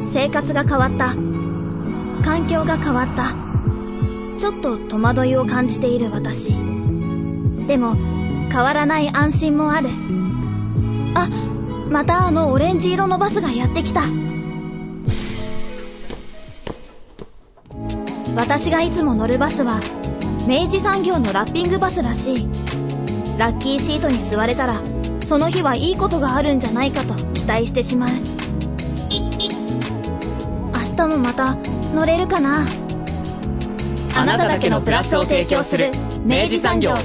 生活が変わった。環境が変わった。ちょっと戸惑いを感じている私。でも変わらない安心もある。あ、またあのオレンジ色のバスがやってきた。私がいつも乗るバスは明治産業のラッピングバスらしい。ラッキーシートに座れたらその日はいいことがあるんじゃないかと期待してしまう。明日もまた乗れるかな。 あなただけのプラスを提供する明治産業。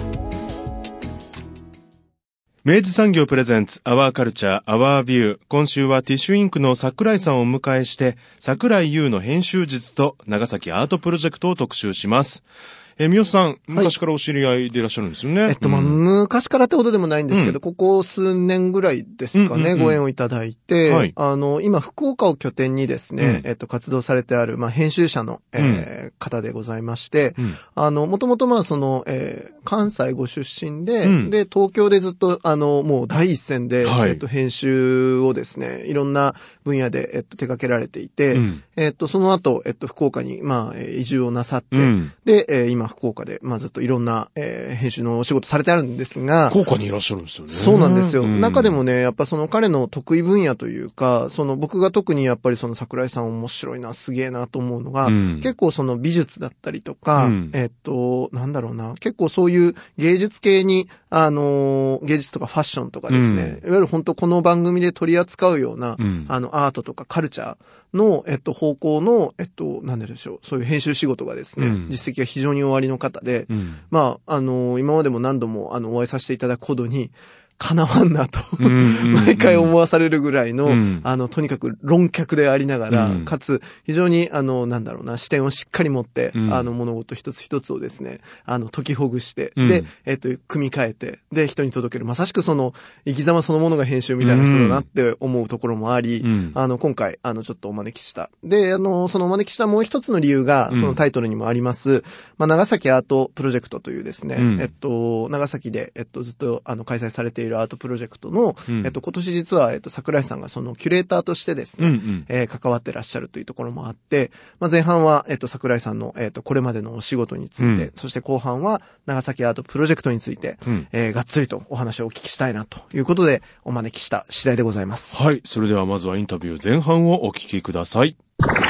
明治産業プレゼンツアワーカルチャーアワービュー。今週はティッシュインクの桜井さんをお迎えして桜井優の編集術と長崎アートプロジェクトを特集します。三好さん、昔からお知り合いでいらっしゃるんですよね。 昔からってほどでもないんですけど、ここ数年ぐらいですかね、ご縁をいただいて、はい、今、福岡を拠点にですね、活動されてある、編集者の、方でございまして、もともと関西ご出身で、で、東京でずっと、もう第一線で、編集をですね、いろんな分野で、手掛けられていて、その後、福岡に、移住をなさって、で、今、福岡で、ずっといろんな、編集のお仕事されてあるんですが。 福岡にいらっしゃるんですよね。 そうなんですよ。中でもね、やっぱその彼の得意分野というか、僕が特にやっぱりその桜井さん面白いな、すげえなと思うのが、結構その美術だったりとか、なんだろうな、結構そういう芸術系に、芸術とかファッションとかですね、いわゆる本当この番組で取り扱うような、アートとかカルチャーの、方向の、なんでしょう、そういう編集仕事がですね、実績が非常におありの方で、今までも何度もお会いさせていただくほどに、叶わんなと毎回思わされるぐらいの、とにかく論客でありながら、かつ非常に視点をしっかり持って、物事一つ一つをですね、解きほぐして、で、組み替えて、で、人に届ける。まさしくその、生き様そのものが編集みたいな人だなって思うところもあり、今回、ちょっとお招きした。で、そのお招きしたもう一つの理由が、そのタイトルにもあります、長崎アートプロジェクトというですね、長崎で、ずっと、開催されているアートプロジェクトの、今年実は、桜井さんがそのキュレーターとしてですね、関わってらっしゃるというところもあって、前半は、桜井さんの、これまでのお仕事について、そして後半は長崎アートプロジェクトについて、がっつりとお話をお聞きしたいなということで、お招きした次第でございます。 はい。それではまずはインタビュー前半をお聞きください。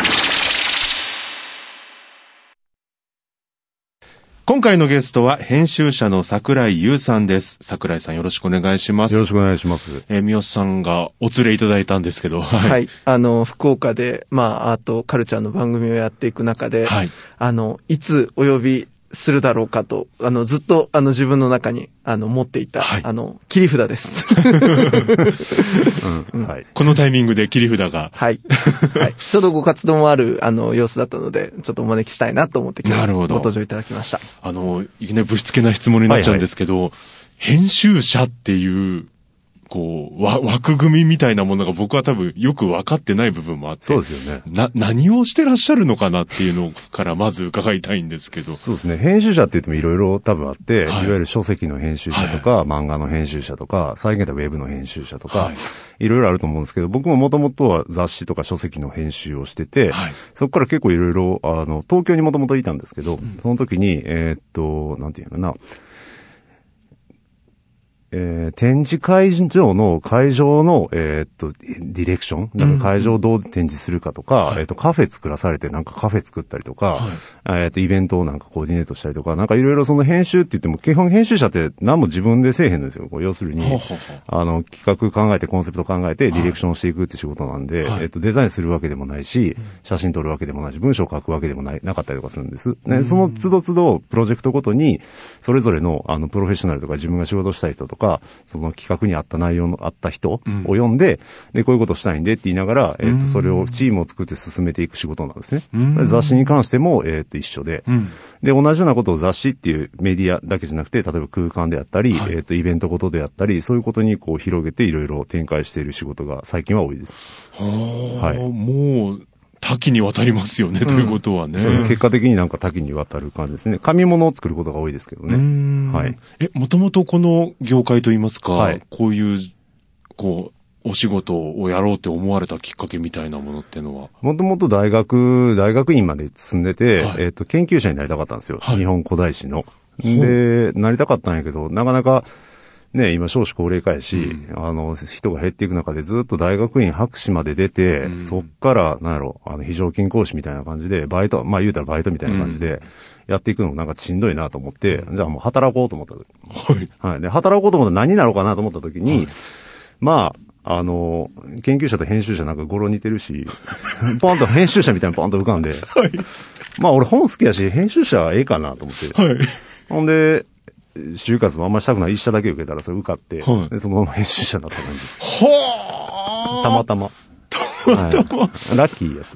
今回のゲストは編集者の桜井優さんです。桜井さんよろしくお願いします。 よろしくお願いします。 三好さんがお連れいただいたんですけど。 はい。福岡で、アートカルチャーの番組をやっていく中で、いつお呼びするだろうかと、ずっと、自分の中に、持っていた、切り札です。 このタイミングで切り札が。 はい。はい。ちょうどご活動もある、様子だったので、ちょっとお招きしたいなと思って今日ご登場いただきました。 いきなりぶしつけな質問になっちゃうんですけど、編集者っていう、枠組みみたいなものが僕は多分よく分かってない部分もあって。 そうですよね。 何をしてらっしゃるのかなっていうのからまず伺いたいんですけど。 そうですね。編集者って言ってもいろいろ多分あって、いわゆる書籍の編集者とか、漫画の編集者とか、最近ではウェブの編集者とか、いろいろあると思うんですけど、僕ももともとは雑誌とか書籍の編集をしてて、そこから結構いろいろ、東京にもともといたんですけど、その時に、なんていうのかな、展示会場のディレクションだから会場をどう展示するかとか、カフェ作らされてカフェ作ったりとか、イベントをコーディネートしたりとか、いろいろその編集って言っても、基本編集者って何も自分でせえへんんですよ。要するに、企画考えて、コンセプト考えて、ディレクションしていくって仕事なんで、デザインするわけでもないし、写真撮るわけでもないし、文章を書くわけでもなかったりとかするんです。ね、その都度都度、プロジェクトごとに、それぞれの、プロフェッショナルとか自分が仕事したい人とか、その企画に合った内容のあった人を呼んで、で、こういうことしたいんでって言いながら、それをチームを作って進めていく仕事なんですね。雑誌に関しても、一緒で、で、同じようなことを雑誌っていうメディアだけじゃなくて、例えば空間であったり、イベントごとであったり、そういうことに広げていろいろ展開している仕事が最近は多いです。 はい。もう、多岐にわたりますよね、ということはね。 結果的に多岐にわたる感じですね。紙物を作ることが多いですけどね。はい。 もともとこの業界といいますか、こういう、 お仕事をやろうって思われたきっかけみたいなものっていうのは？ もともと大学院まで進んでて、はい、研究者になりたかったんですよ。はい、日本古代史の。で、なりたかったんやけど、なかなか、ね、今少子高齢化やし、人が減っていく中でずっと大学院博士まで出て、そっから、非常勤講師みたいな感じで、バイト、言うたらバイトみたいな感じで、やっていくのもなんかしんどいなと思って、じゃあもう働こうと思った。はい。はい。で、働こうと思ったら何になろうかなと思った時に、はい、研究者と編集者なんか語呂似てるし、ポンと編集者みたいなポンと浮かんで、はい。俺本好きやし、編集者はええかなと思って。はい。ほんで、就活もあんましたくない一社だけ受けたらそれ受かって、はい、でそのまま編集者になった感じです。はぁー！たまたま。はい、ラッキーや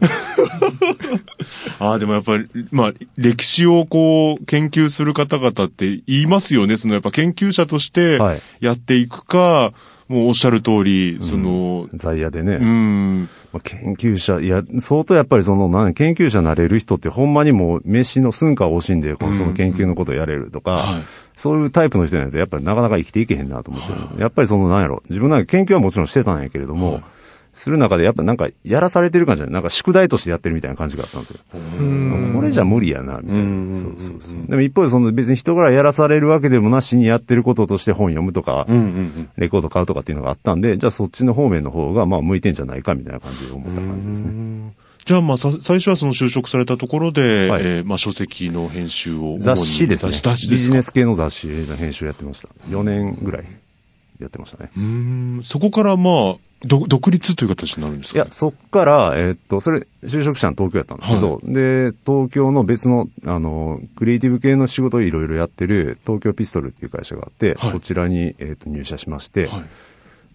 でもやっぱり、歴史を研究する方々って言いますよね。やっぱ研究者としてやっていくか、はい、もうおっしゃる通り、 在野でね。研究者、相当やっぱり研究者になれる人ってほんまにもう飯の寸暇を惜しんで、その研究のことをやれるとか、はい、そういうタイプの人じゃないとやっぱりなかなか生きていけへんなと思って、はい、やっぱり自分なんか研究はもちろんしてたんやけれども、はい、する中でやっぱなんかやらされてる感じじゃない、なんか宿題としてやってるみたいな感じがあったんですよ。これじゃ無理やな、みたいな。そうそうそう。でも一方で別に人からやらされるわけでもなしにやってることとして本読むとか、レコード買うとかっていうのがあったんで、じゃあそっちの方面の方が向いてんじゃないかみたいな感じで思った感じですね。 じゃあ最初は就職されたところで、はい、書籍の編集を。 雑誌ですね。ビジネス系の雑誌の編集やってました。4年ぐらいやってましたね。 そこから独立という形になるんですか？ いや、そっから、それ、就職したの東京やったんですけど、はい、で、東京の別の、クリエイティブ系の仕事をいろいろやってる、東京ピストルっていう会社があって、はい、そちらに、入社しまして、はい、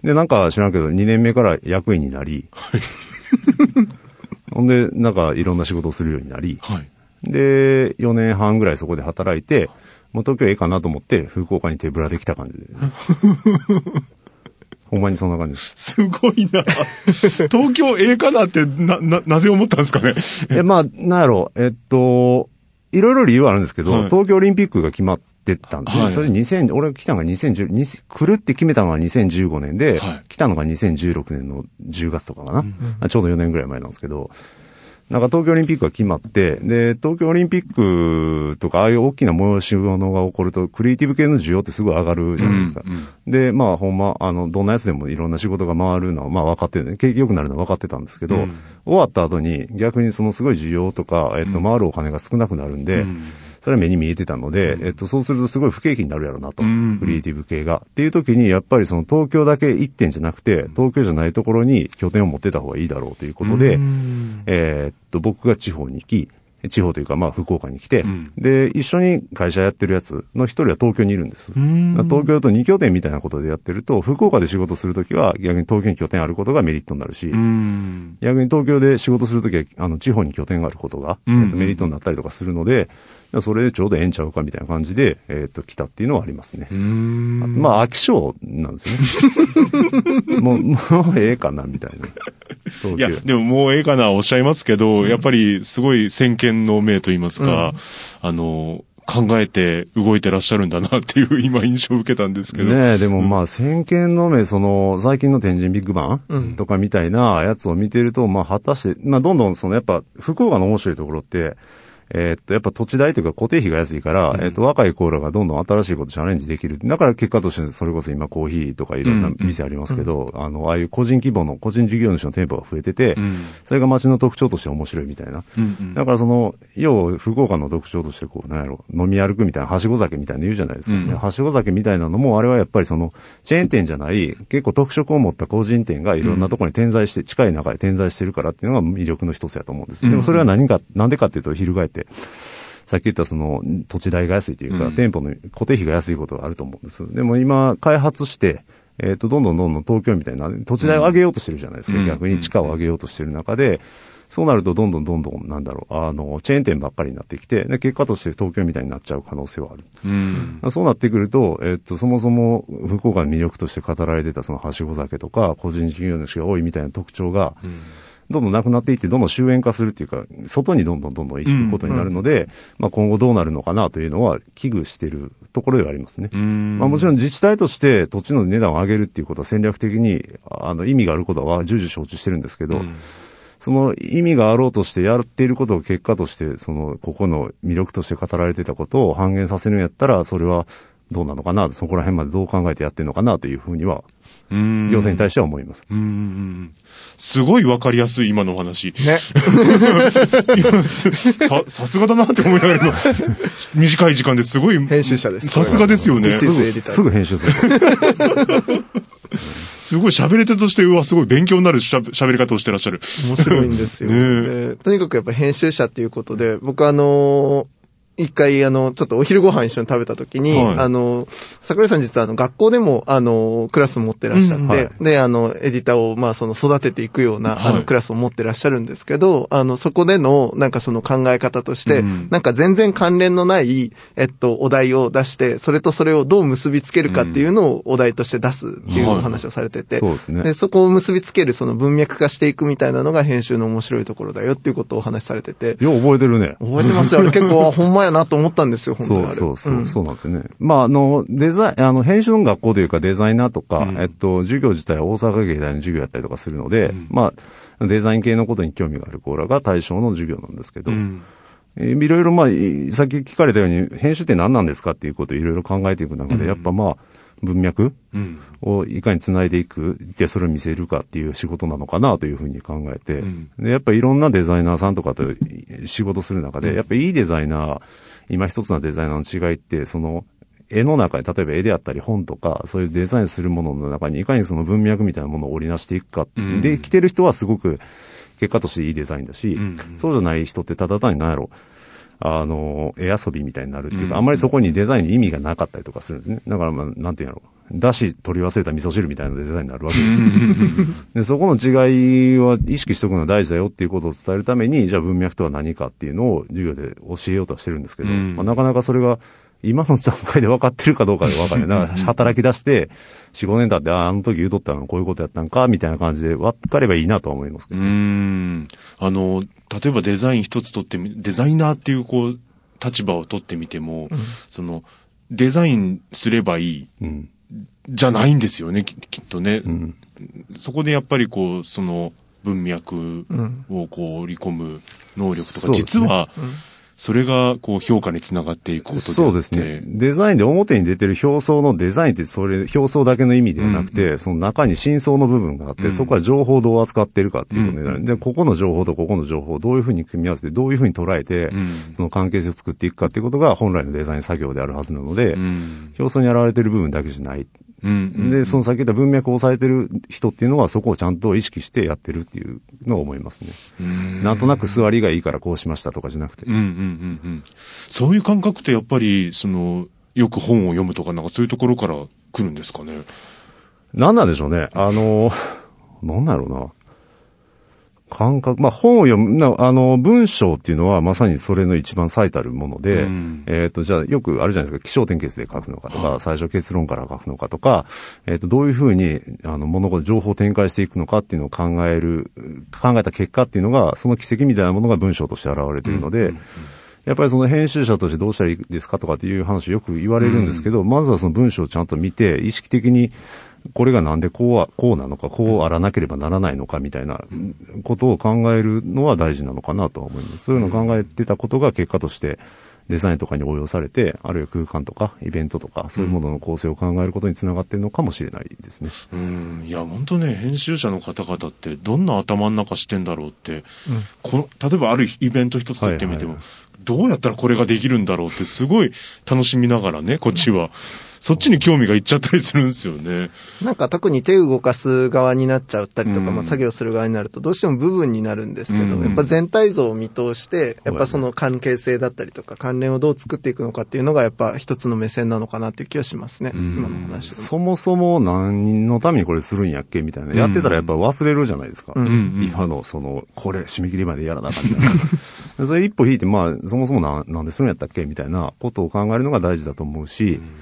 で、なんか知らんけど、2年目から役員になり、はい、ほんで、なんかいろんな仕事をするようになり、はい、で、4年半ぐらいそこで働いて、もう東京ええかなと思って、福岡に手ぶらできた感じで。ほんまにそんな感じです。 すごいな。東京ええかなってなぜ思ったんですかね。 なんやろ、いろいろ理由はあるんですけど、はい、東京オリンピックが決まってたんですね。はい、それ俺が来たのが来るって決めたのが2015年で、はい、来たのが2016年の10月とかかな。ちょうど4年ぐらい前なんですけど、なんか東京オリンピックが決まって、で、東京オリンピックとか、ああいう大きな催し物が起こると、クリエイティブ系の需要ってすごい上がるじゃないですか。で、ほんま、どんなやつでもいろんな仕事が回るのは、分かってるね。景気良くなるのは分かってたんですけど、終わった後に逆にすごい需要とか、回るお金が少なくなるんで、それは目に見えてたので、そうするとすごい不景気になるやろうなと、クリエイティブ系が。っていう時に、やっぱり東京だけ一点じゃなくて、東京じゃないところに拠点を持ってた方がいいだろうということで、僕が地方に行き、地方というか福岡に来て、で、一緒に会社やってるやつの一人は東京にいるんです。東京と2拠点みたいなことでやってると、福岡で仕事するときは逆に東京に拠点あることがメリットになるし、逆に東京で仕事するときは地方に拠点があることが、メリットになったりとかするので、それでちょうどええんちゃうかみたいな感じで、来たっていうのはありますね。飽き性なんですよね。もうええかなみたいな。 いや、でももうええかなおっしゃいますけど、やっぱりすごい先見の明と言いますか、考えて動いてらっしゃるんだなっていう今印象を受けたんですけど。 ねえ、でも先見の明、最近の天神ビッグバンとかみたいなやつを見てると、果たして、どんどんやっぱ福岡の面白いところって、やっぱ土地代というか固定費が安いから、若い子らがどんどん新しいことチャレンジできる。だから結果としてそれこそ今コーヒーとかいろんな店ありますけど、ああいう個人規模の個人事業主の店舗が増えてて、それが街の特徴として面白いみたいな。だから要は福岡の特徴として飲み歩くみたいな、はしご酒みたいなの言うじゃないですか。はしご酒みたいなのも、あれはやっぱりチェーン店じゃない、結構特色を持った個人店がいろんなところに点在して、近い中で点在してるからっていうのが魅力の一つやと思うんです。でもそれはなんでかっていうと、翻って、さっき言った土地代が安いというか、店舗の固定費が安いことがあると思うんです。でも今開発して、どんどん東京みたいな土地代を上げようとしてるじゃないですか。逆に地価を上げようとしてる中で、そうなるとどんどんチェーン店ばっかりになってきて、で結果として東京みたいになっちゃう可能性はある。そうなってくると、そもそも福岡の魅力として語られてたはしご酒とか個人事業主が多いみたいな特徴が、 どんどんなくなっていって、どんどん終焉化するっていうか、外にどんどん行くことになるので、まあ今後どうなるのかなというのは危惧しているところではありますね。まあもちろん自治体として土地の値段を上げるっていうことは戦略的に、意味があることは重々承知してるんですけど、その意味があろうとしてやっていることを結果として、ここの魅力として語られていたことを半減させるんやったら、それはどうなのかな、そこら辺までどう考えてやってるのかなというふうには、行政に対しては思います。 すごいわかりやすい今のお話。 ね。 さすがだなって思いながら短い時間ですごい。 編集者です。 さすがですよね。 すぐ編集する。 すごい喋り手として、すごい勉強になる喋り方をしてらっしゃる。 面白いんですよ。でとにかくやっぱ編集者っていうことで、僕一回ちょっとお昼ご飯一緒に食べた時に、桜井さん実は学校でもクラス持ってらっしゃって、で、エディターを育てていくようなクラスを持ってらっしゃるんですけど、そこでのなんかその考え方として、なんか全然関連のない、お題を出して、それとそれをどう結びつけるかっていうのをお題として出すっていうお話をされてて、 そうですね。 で、そこを結びつけるその文脈化していくみたいなのが編集の面白いところだよっていうことをお話しされてて。 よう覚えてるね。 覚えてますよ。あれ結構、ほんまやなと思ったんですよ、本当にあれ。 そうなんですよね。まあ、編集の学校というかデザイナーとか、授業自体は大阪芸大の授業やったりとかするので、まあ、デザイン系のことに興味がある子らが対象の授業なんですけど、いろいろまあ、さっき聞かれたように、編集って何なんですかっていうことをいろいろ考えていく中で、やっぱまあ、文脈をいかに繋いでいく、で、それを見せるかっていう仕事なのかなというふうに考えて、で、やっぱりいろんなデザイナーさんとかと仕事する中で、やっぱりいいデザイナー、今一つのデザイナーの違いって、絵の中に、例えば絵であったり本とか、そういうデザインするものの中にいかにその文脈みたいなものを織りなしていくか。で、来てる人はすごく結果としていいデザインだし、そうじゃない人ってただ単に何やろ、絵遊びみたいになるっていうか、あんまりそこにデザインに意味がなかったりとかするんですね。だからまあ、なんていうんやろ。だし取り忘れた味噌汁みたいなデザインになるわけですよ。で、そこの違いは意識しておくのは大事だよっていうことを伝えるために、じゃあ文脈とは何かっていうのを授業で教えようとはしてるんですけど、まあ、なかなかそれが今の段階で分かってるかどうかで分かんない。だから働き出して、4、5年経って、あの時言うとったのこういうことやったんか、みたいな感じで分かればいいなとは思いますけど。 例えばデザイン一つ取ってデザイナーっていう立場を取ってみても、デザインすればいい、じゃないんですよね、きっとね。そこでやっぱりその文脈を織り込む能力とか、実は、それが評価につながっていくことであって。 そうですね。デザインで表に出てる表層のデザインって表層だけの意味ではなくて、その中に深層の部分があって、そこは情報をどう扱っているかっていうことになる。で、ここの情報とここの情報をどういうふうに組み合わせて、どういうふうに捉えて、その関係性を作っていくかっていうことが本来のデザイン作業であるはずなので、表層に現れている部分だけじゃない。で、その先言った文脈を抑えてる人っていうのはそこをちゃんと意識してやってるっていうのを思いますね。なんとなく座りがいいからこうしましたとかじゃなくて。 そういう感覚ってやっぱり、よく本を読むとかなんかそういうところから来るんですかね。 なんなんでしょうね。なんだろうな。感覚。まあ、本を読む、文章っていうのはまさにそれの一番最たるもので、じゃあよくあるじゃないですか、起承転結で書くのかとか、最初結論から書くのかとか、どういうふうに、物事、情報を展開していくのかっていうのを考えた結果っていうのが、その軌跡みたいなものが文章として現れているので、やっぱりその編集者としてどうしたらいいですかとかっていう話よく言われるんですけど、まずはその文章をちゃんと見て、意識的に、これがなんでこうなのか、こうあらなければならないのかみたいなことを考えるのは大事なのかなとは思います。そういうのを考えてたことが結果としてデザインとかに応用されて、あるいは空間とかイベントとかそういうものの構成を考えることにつながっているのかもしれないですね。 いや本当ね、編集者の方々ってどんな頭の中してんだろうって、例えばあるイベント一つとってみても、どうやったらこれができるんだろうってすごい楽しみながらね、こっちは。そっちに興味がいっちゃったりするんですよね。 なんか特に手を動かす側になっちゃったりとか、まあ作業する側になるとどうしても部分になるんですけど、やっぱ全体像を見通して、やっぱその関係性だったりとか関連をどう作っていくのかっていうのがやっぱ一つの目線なのかなっていう気はしますね。今の話。そもそも何のためにこれするんやっけみたいな。やってたらやっぱ忘れるじゃないですか。今のこれ締め切りまでやらなあかんみたいな。それ一歩引いて、まあそもそもなんでするんやったっけみたいなことを考えるのが大事だと思うし、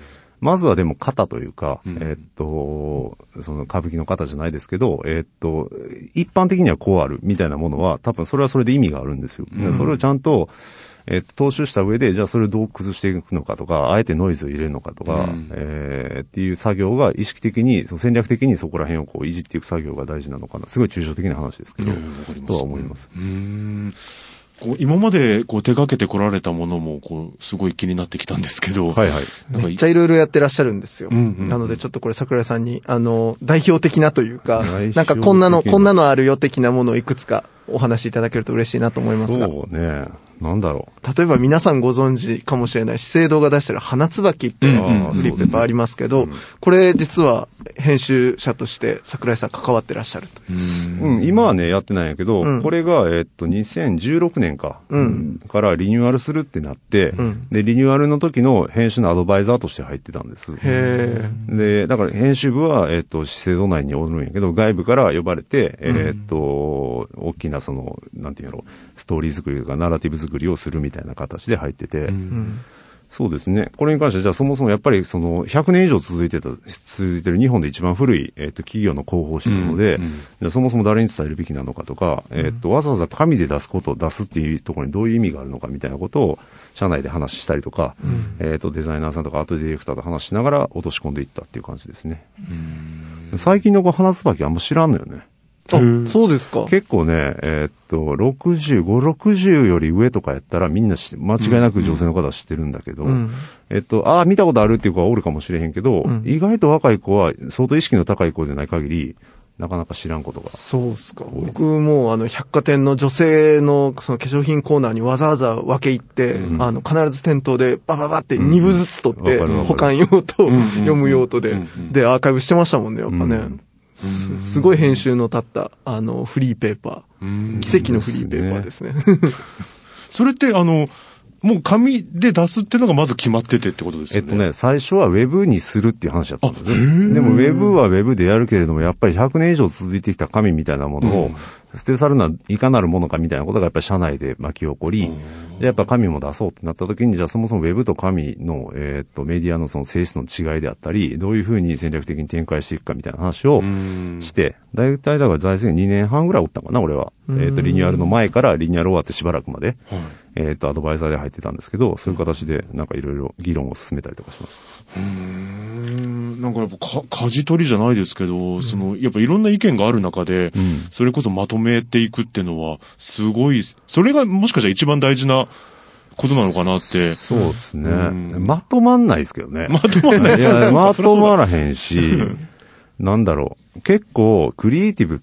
まずはでも型というか、その歌舞伎の型じゃないですけど、一般的にはこうあるみたいなものは、多分それはそれで意味があるんですよ。それをちゃんと、踏襲した上で、じゃあそれをどう崩していくのかとか、あえてノイズを入れるのかとか、っていう作業が意識的に、戦略的にそこら辺をこういじっていく作業が大事なのかな。すごい抽象的な話ですけど、とは思います。 こう今までこう手掛けてこられたものもこうすごい気になってきたんですけど、 はいはい、めっちゃいろいろやってらっしゃるんですよ。なのでちょっとこれ桜井さんに代表的なというか、なんかこんなのあるよ的なものをいくつかお話しいただけると嬉しいなと思いますが。 そうね。なんだろう。 例えば皆さんご存知かもしれない資生堂が出してる花椿っていうフリーペーパーありますけど、これ実は編集者として桜井さん関わってらっしゃるという。今はね、やってないんやけど、これが、2016年か、からリニューアルするってなって、で、リニューアルの時の編集のアドバイザーとして入ってたんです。で、だから編集部は、資生堂内におるんやけど、外部から呼ばれて、大きななんていうの、ストーリー作りとかナラティブ作りをするみたいな形で入ってて、そうですね。これに関しては、じゃあそもそもやっぱり100年以上続いてる日本で一番古い、企業の広報誌なので、じゃあそもそも誰に伝えるべきなのかとか、わざわざ紙で出すっていうところにどういう意味があるのかみたいなことを、社内で話したりとか、デザイナーさんとかアートディレクターと話しながら落とし込んでいったっていう感じですね。最近の花椿あんま知らんのよね。 あ、そうですか。 結構ね、60より上とかやったらみんな間違いなく女性の方は知ってるんだけど、見たことあるっていう子はおるかもしれへんけど、意外と若い子は相当意識の高い子でない限り、なかなか知らんことが。 そうですか。僕も百貨店の女性のその化粧品コーナーにわざわざ分け入って、必ず店頭でバババって2部ずつ取って、保管用と読む用途で、で、アーカイブしてましたもんね、やっぱね。すごい編集の立った、フリーペーパー。奇跡のフリーペーパーですね。 それって、もう紙で出すっていうのがまず決まっててってことですよね。 最初はウェブにするっていう話だったんですね。でもウェブはウェブでやるけれども、やっぱり100年以上続いてきた紙みたいなものを、捨て去るのはいかなるものかみたいなことがやっぱり社内で巻き起こり、じゃあやっぱ紙も出そうってなった時に、じゃあそもそもウェブと紙の、メディアのその性質の違いであったり、どういうふうに戦略的に展開していくかみたいな話をして、だいたいだから財政2年半ぐらいおったかな、俺は。リニューアルの前からリニューアル終わってしばらくまで、アドバイザーで入ってたんですけど、そういう形でなんかいろいろ議論を進めたりとかします。 なんかやっぱ舵取りじゃないですけど、やっぱいろんな意見がある中で、それこそまとめていくっていうのは、すごい、それがもしかしたら一番大事なことなのかなって。 そうですね。まとまんないですけどね。 まとまんない。 いや、まとまらへんし、なんだろう。結構、クリエイティブって、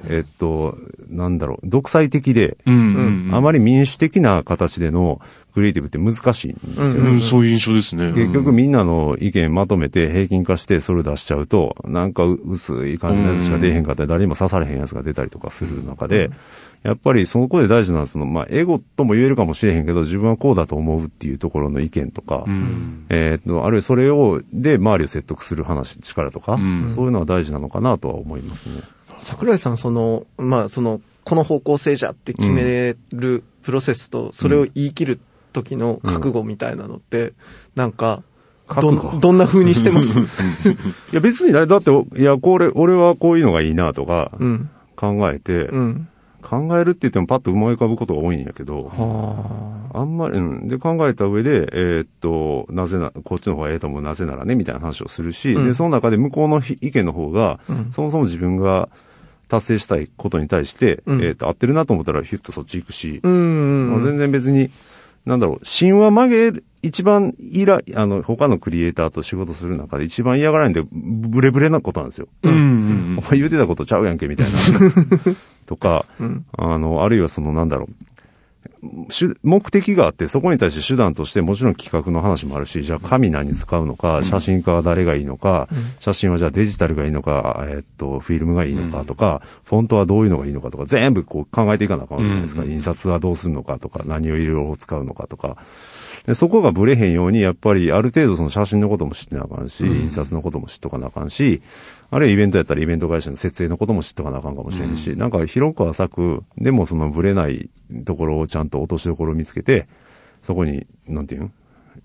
なんだろう、独裁的で、あまり民主的な形でのクリエイティブって難しいんですよね。 そういう印象ですね。 結局みんなの意見まとめて平均化してそれを出しちゃうと、なんか薄い感じのやつしか出えへんかったり、誰にも刺されへんやつが出たりとかする中で、やっぱりそこで大事なエゴとも言えるかもしれへんけど、自分はこうだと思うっていうところの意見とか、あるいはそれで周りを説得する力とか、そういうのは大事なのかなとは思いますね。 桜井さん、この方向性じゃって決めるプロセスと、それを言い切る時の覚悟みたいなのって、なんか、どんな風にしてますいや別に、だって、いや、俺はこういうのがいいなとか、考えて、考えるって言ってもパッと思い浮かぶことが多いんやけど、あんまり、で考えた上で、こっちの方がええと思う、なぜならね、みたいな話をするし、で、その中で向こうの意見の方が、そもそも自分が達成したいことに対して、合ってるなと思ったらヒュッとそっち行くし、全然別に、なんだろう、神話曲げ、一番他のクリエイターと仕事する中で一番嫌がられるんで、ブレブレなことなんですよ。お前言うてたことちゃうやんけ、みたいな。とか、あるいはなんだろう、目的があって、そこに対して手段としてもちろん企画の話もあるし、じゃあ紙何使うのか、写真家は誰がいいのか、写真はじゃあデジタルがいいのか、フィルムがいいのかとか、フォントはどういうのがいいのかとか、全部こう考えていかなあかんじゃないですか。印刷はどうするのかとか、何を色を使うのかとか。でそこがブレへんように、やっぱりある程度その写真のことも知ってなあかんし、印刷のことも知っとかなあかんし、あるいはイベントやったらイベント会社の設営のことも知っとかなあかんかもしれんし、なんか広く浅く、でもブレないところをちゃんと落としどころを見つけて、そこに、なんていうん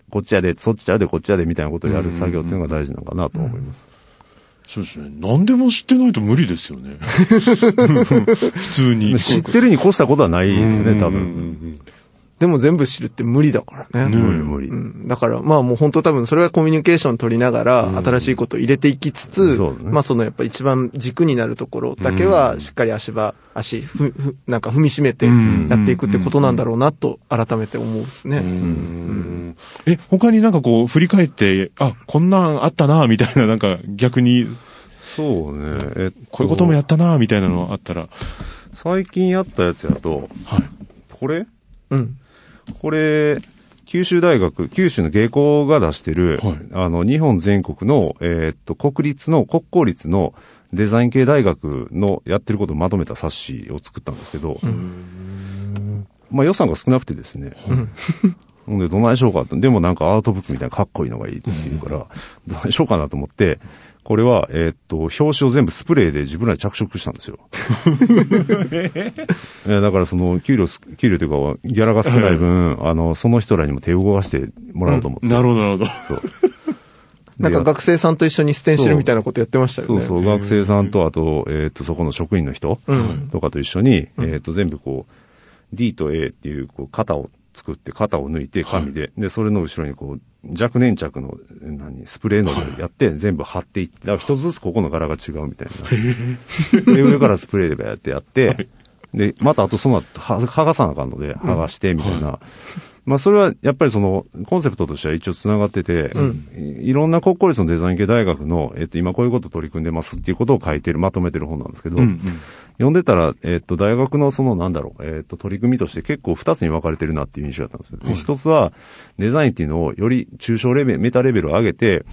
こっちやで、そっちやで、こっちやで、みたいなことをやる作業っていうのが大事なのかなと思います。 そうですね。何でも知ってないと無理ですよね。普通に。 知ってるに越したことはないですよね、多分。 でも全部知るって無理だからね。 無理。 だからまあもう本当多分それはコミュニケーション取りながら新しいことを入れていきつつ、まあそのやっぱ一番軸になるところだけはしっかりなんか踏みしめてやっていくってことなんだろうなと改めて思うですね。 他になんかこう振り返って、こんなんあったなみたいな、なんか逆に。 そうね。 こういうこともやったなみたいなのあったら。 最近やったやつやと、これこれ、九州の芸工が出してる、日本全国の、国公立のデザイン系大学のやってることをまとめた冊子を作ったんですけど、まあ予算が少なくてですね、ほんでどないしようかと、でもなんかアートブックみたいなかっこいいのがいいって言うから、どないしようかなと思って、これは、表紙を全部スプレーで自分らで着色したんですよ。だからその、給料というか、ギャラが少ない分、その人らにも手を動かしてもらおうと思って。 なるほど。 そう。 なんか学生さんと一緒にステンシルみたいなことやってましたよね。 そう、学生さんと、あと、そこの職員の人とかと一緒に、全部こう、D と A っていう、こう、型を作って、型を抜いて、紙で、で、それの後ろにこう、弱粘着の、スプレーのでやって、全部貼っていって、だから一つずつここの柄が違うみたいな。で、上からスプレーでやって、で、またあとその後、剥がさなあかんので、剥がして、みたいな。まあ、それは、やっぱりその、コンセプトとしては一応繋がってて、いろんな国公立のデザイン系大学の、今こういうこと取り組んでますっていうことをまとめてる本なんですけど、読んでたら、大学のその、取り組みとして結構二つに分かれてるなっていう印象だったんですよ。一つは、デザインっていうのをより抽象レベル、メタレベルを上げて、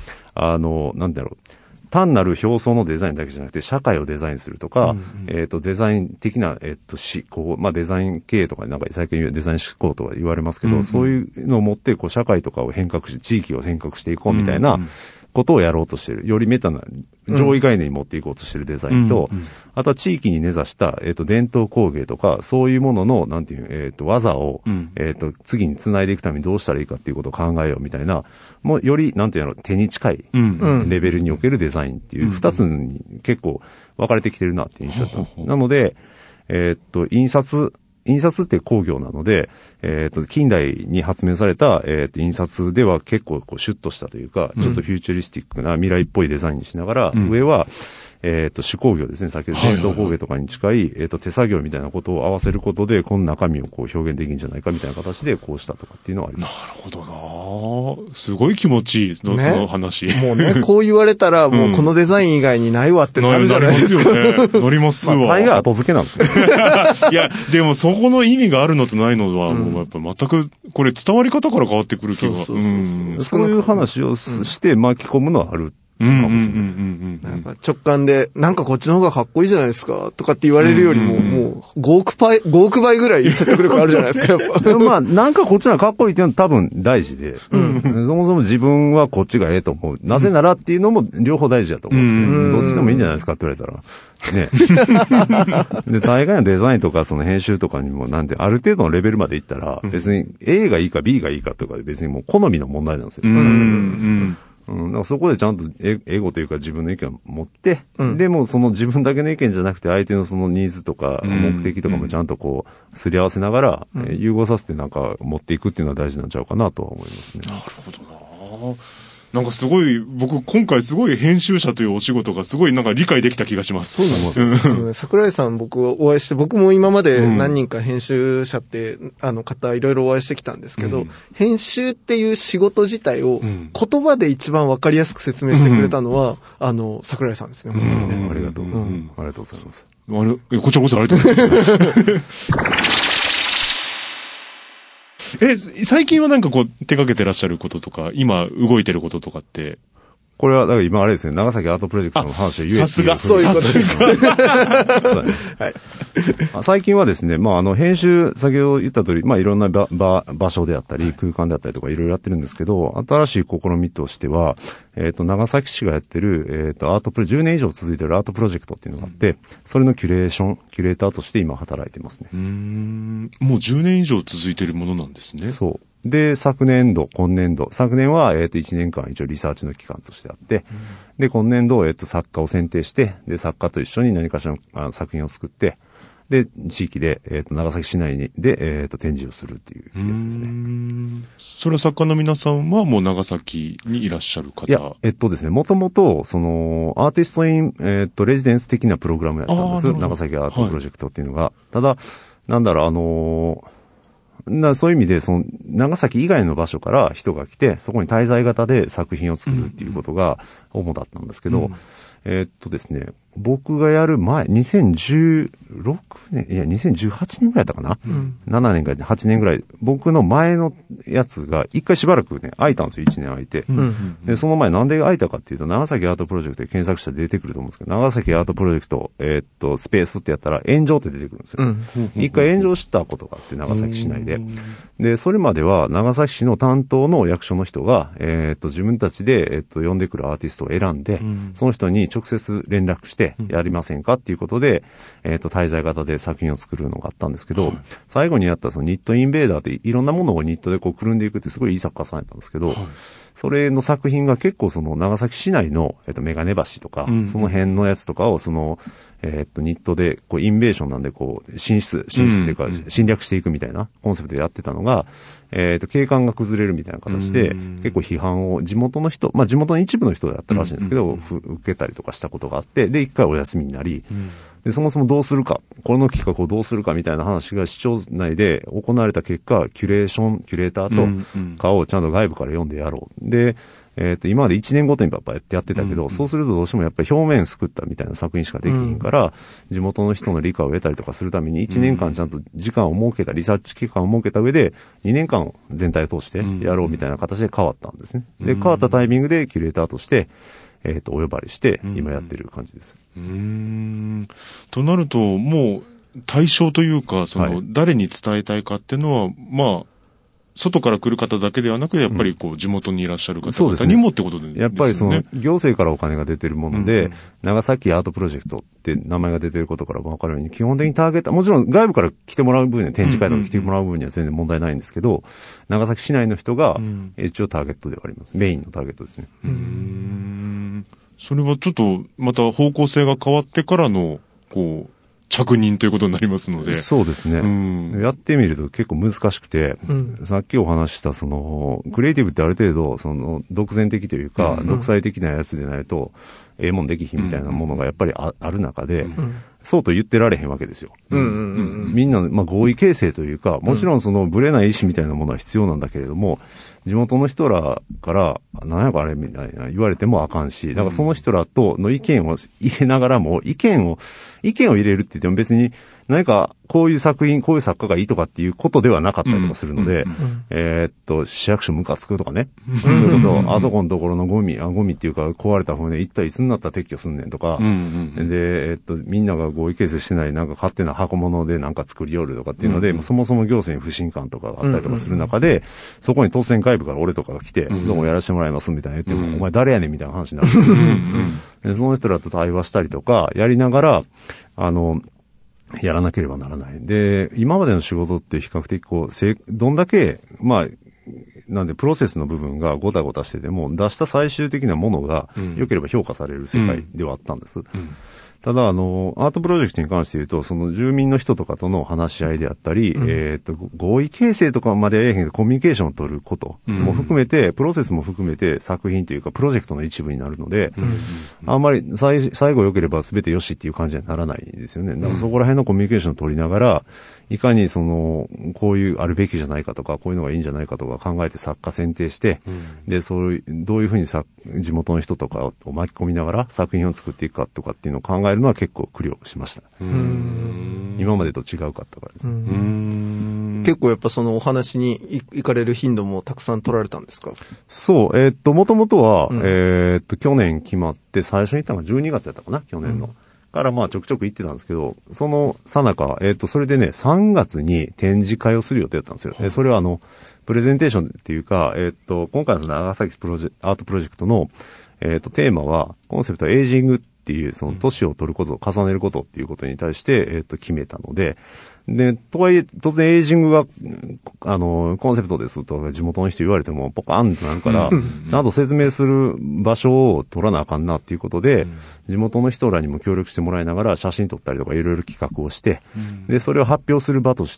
単なる表層のデザインだけじゃなくて、社会をデザインするとか、デザイン的な、思考、まあ、デザイン系とか、なんか最近デザイン思考とか言われますけど、そういうのを持って、こう、社会とかを変革して、地域を変革していこうみたいなことをやろうとしている。よりメタな、上位概念に持っていこうとしているデザインと、あとは地域に根ざした、伝統工芸とか、そういうものの、技を、次に繋いでいくためにどうしたらいいかっていうことを考えようみたいな、もうより、手に近いレベルにおけるデザインっていう二つに結構分かれてきてるなっていう印象だったんです。なので、印刷って工業なので、近代に発明された、印刷では結構こうシュッとしたというか、ちょっとフューチャリスティックな未来っぽいデザインにしながら、上は、手工業ですね。先ほど伝統工芸とかに近い、手作業みたいなことを合わせることで、この中身をこう表現できるんじゃないかみたいな形でこうしたとかっていうのはあります。 なるほどなすごい気持ちいい、その話。 もうね、こう言われたら、もうこのデザイン以外にないわってなるじゃないですか。 なりますわ。 大概後付けなんですよ。 いや、でもそこの意味があるのとないのは、もうやっぱ全く、これ伝わり方から変わってくる気が。 そういう話をして巻き込むのはある。 なんか直感で、なんかこっちの方がかっこいいじゃないですか、とかって言われるよりも、もう5億倍ぐらい説得力あるじゃないですか、やっぱ。 まあ、なんかこっちの方がかっこいいっていうのは多分大事で、そもそも自分はこっちがええと思う。なぜならっていうのも両方大事だと思うんですけど、どっちでもいいんじゃないですかって言われたら。ね。で、大概のデザインとかその編集とかにもある程度のレベルまでいったら、別に A がいいか B がいいかとか別にもう好みの問題なんですよ。だからそこでちゃんとエゴというか自分の意見を持って、でもその自分だけの意見じゃなくて相手のそのニーズとか目的とかもちゃんとこうすり合わせながら、融合させてなんか持っていくっていうのは大事なんちゃうかなとは思いますね。 なるほどな。なんかすごい、僕今回すごい編集者というお仕事がすごいなんか理解できた気がします。 そうなんですよ。桜井さん僕お会いして、僕も今まで何人か編集者って、方いろいろお会いしてきたんですけど、編集っていう仕事自体を言葉で一番わかりやすく説明してくれたのは、桜井さんですね、本当にね。 ありがとう。ありがとうございます。 こちらこそありがとうございます。最近はなんかこう手掛けてらっしゃることとか、今動いてることとかって。 これは、だから今あれですね、長崎アートプロジェクトの話を言えさすが。 そういうことです。はい。 最近はですね、編集、先ほど言った通り、いろんな場所であったり、空間であったりとかいろいろやってるんですけど、新しい試みとしては、長崎市がやってる、10年以上続いてるアートプロジェクトっていうのがあって、それのキュレーターとして今働いてますね。 もう10年以上続いてるものなんですね。 そう。 で、昨年度、今年度、昨年は、1年間一応リサーチの期間としてあって、で、今年度、作家を選定して、で、作家と一緒に何かしらの作品を作って、で、地域で、長崎市内で、展示をするっていうケースですね。 それは作家の皆さんはもう長崎にいらっしゃる方？ いや、ですね、もともと、その、アーティストイン、レジデンス的なプログラムやったんです。長崎アートプロジェクトっていうのが。はい、ただ、なんだろう、そういう意味で、その、長崎以外の場所から人が来て、そこに滞在型で作品を作るっていうことが主だったんですけど、ですね、僕がやる前、2016年、いや、2018年ぐらいだったかな、7年か8年ぐらい。僕の前のやつが、一回しばらくね、空いたんですよ、1年空いて。で、その前なんで空いたかっていうと、長崎アートプロジェクトで検索したら出てくると思うんですけど、長崎アートプロジェクト、スペースってやったら、炎上って出てくるんですよ。一回炎上したことがあって、長崎市内で。で、それまでは、長崎市の担当の役所の人が、自分たちで、呼んでくるアーティストを選んで、その人に直接連絡して、やりませんかっていうことで、滞在型で作品を作るのがあったんですけど、最後にやったそのニットインベーダーっていろんなものをニットでこうくるんでいくってすごいいい作家さんやったんですけど、それの作品が結構その長崎市内の、メガネ橋とか、その辺のやつとかをその、ニットでこうインベーションなんでこう進出っていうか侵略していくみたいなコンセプトでやってたのが、景観が崩れるみたいな形で、結構批判を地元の人、地元の一部の人だったらしいんですけど、受けたりとかしたことがあって、で、一回お休みになり、で、そもそもどうするか、この企画をどうするかみたいな話が市町内で行われた結果、キュレーターとかをちゃんと外部から読んでやろう。で、今まで1年ごとにやってたけど、そうするとどうしてもやっぱり表面作ったみたいな作品しかできひんから、地元の人の理解を得たりとかするために1年間ちゃんと時間を設けた、リサーチ期間を設けた上で、2年間全体を通してやろうみたいな形で変わったんですね。で、変わったタイミングでキュレーターとして、お呼ばれして、今やってる感じです。 となると、もう、対象というか、その、誰に伝えたいかっていうのは、外から来る方だけではなく、やっぱりこう、地元にいらっしゃる方々にもってことですね。 やっぱりその、行政からお金が出てるもので、長崎アートプロジェクトって名前が出てることからもわかるように、基本的にターゲット、もちろん外部から来てもらう分には、展示会とか来てもらう分には全然問題ないんですけど、長崎市内の人が一応ターゲットではあります。メインのターゲットですね。 それはちょっと、また方向性が変わってからの、こう、着任ということになりますので。 そうですね。やってみると結構難しくて、さっきお話ししたその、クリエイティブってある程度、その、独善的というか、独裁的なやつでないと、もんできひんみたいなものがやっぱりある中で、そうと言ってられへんわけですよ。みんな、合意形成というか、もちろんその、ブレない意思みたいなものは必要なんだけれども、地元の人らから、なんやかあれみたいな言われてもあかんし、だからその人らとの意見を入れながらも、意見を入れるって言っても別に、何か、こういう作品、こういう作家がいいとかっていうことではなかったりとかするので、市役所ムカつくとかね。それこそ、あそこのところのゴミっていうか、壊れた船一体いつになったら撤去すんねんとか、で、みんなが合意形成してないなんか勝手な箱物でなんか作り寄るとかっていうので、そもそも行政に不信感とかがあったりとかする中で、そこに当然外部から俺とかが来て、どうもやらせてもらいますみたいな言っても、お前誰やねんみたいな話になる。でその人らと対話したりとか、やりながら、やらなければならない。で、今までの仕事って比較的こう、どんだけ、なんでプロセスの部分がゴタゴタしてても、出した最終的なものが良ければ評価される世界ではあったんです。ただ、アートプロジェクトに関して言うと、その住民の人とかとの話し合いであったり、合意形成とかまでは言えへんけど、コミュニケーションを取ることも含めて、プロセスも含めて作品というか、プロジェクトの一部になるので、あんまり最後良ければ全て良しっていう感じにはならないですよね。だからそこら辺のコミュニケーションを取りながら、いかにその、こういうあるべきじゃないかとか、こういうのがいいんじゃないかとか考えて作家選定して、で、どういうふうに地元の人とかを巻き込みながら作品を作っていくかとかっていうのを考えるのは結構苦慮しました。今までと違うかったからですね。 結構やっぱそのお話に行かれる頻度もたくさん取られたんですか？ そう、もともとは、去年決まって最初に行ったのが12月やったかな、去年の。からちょくちょく行ってたんですけど、そのさなか、それでね、3月に展示会をする予定だったんですよ。それはプレゼンテーションっていうか、今回の長崎アートプロジェクトの、テーマは、コンセプトはエイジングっていう、その年を取ること、重ねることっていうことに対して、決めたので、 で、とはいえ、突然エイジングが、コンセプトですとか地元の人言われても、ポカーンってなるから、ちゃんと説明する場所を取らなあかんなっていうことで、地元の人らにも協力してもらいながら写真撮ったりとかいろいろ企画をして、で、それを発表する場として、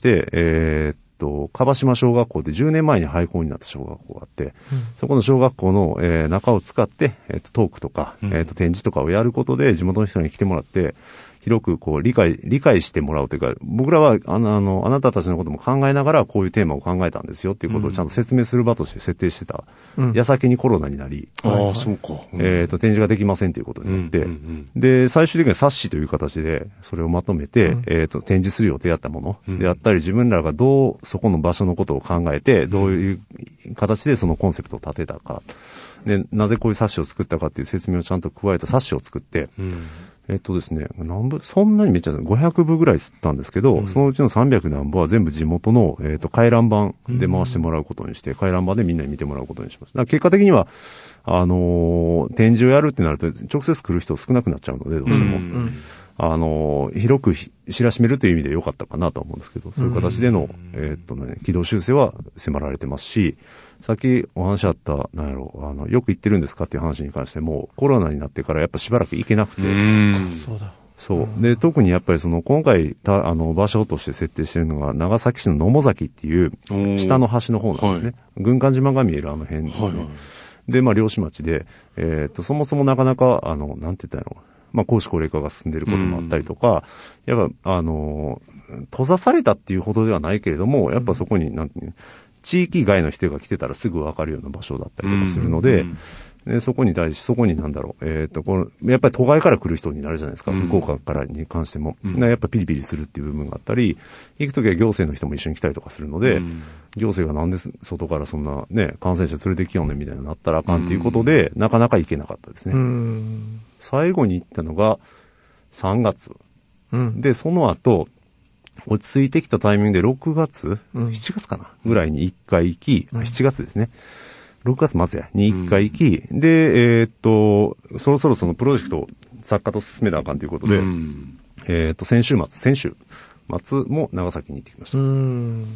樺島小学校で10年前に廃校になった小学校があって、そこの小学校の、中を使って、トークとか、展示とかをやることで地元の人に来てもらって、広くこう理解してもらうというか、僕らはあなたたちのことも考えながらこういうテーマを考えたんですよっていうことをちゃんと説明する場として設定してた。矢先にコロナになり、 そうか。 展示ができませんということになって、で、最終的には冊子という形でそれをまとめて、展示する予定だったものであったり、自分らがどうそこの場所のことを考えて、どういう形でそのコンセプトを立てたか、で、なぜこういう冊子を作ったかっていう説明をちゃんと加えた冊子を作って、ですね、そんなにめっちゃ500部ぐらい吸ったんですけど、そのうちの300何部は全部地元の、回覧板で回してもらうことにして、回覧板でみんなに見てもらうことにします。だから結果的には、展示をやるってなると、直接来る人少なくなっちゃうので、どうしても。広く知らしめるという意味で良かったかなと思うんですけど、そういう形での、軌道修正は迫られてますし、さっきお話あった、よく行ってるんですかっていう話に関しても、コロナになってからやっぱしばらく行けなくて。 そうだ。 そう。で、特にやっぱり今回、場所として設定してるのが、長崎市の野母崎っていう、下の端の方なんですね。軍艦島が見える辺ですね。で、漁師町で、そもそもなかなか、なんて言ったらいいの、高齢化が進んでいることもあったりとか、やっぱ、閉ざされたっていうほどではないけれども、やっぱそこに、なんていう、地域外の人が来てたらすぐわかるような場所だったりとかするので、でそこになんだろう、やっぱり都外から来る人になるじゃないですか、福岡からに関しても。やっぱピリピリするっていう部分があったり、行くときは行政の人も一緒に来たりとかするので、行政がなんで外からそんなね、感染者連れてきようねみたいになったらあかんっていうことで、なかなか行けなかったですね。最後に行ったのが3月。で、その後、落ち着いてきたタイミングで6月、7月かなぐらいに1回行き、7月ですね。6月末や、に1回行き、で、そろそろそのプロジェクトを作家と進めなあかんということで、先週末も長崎に行ってきました。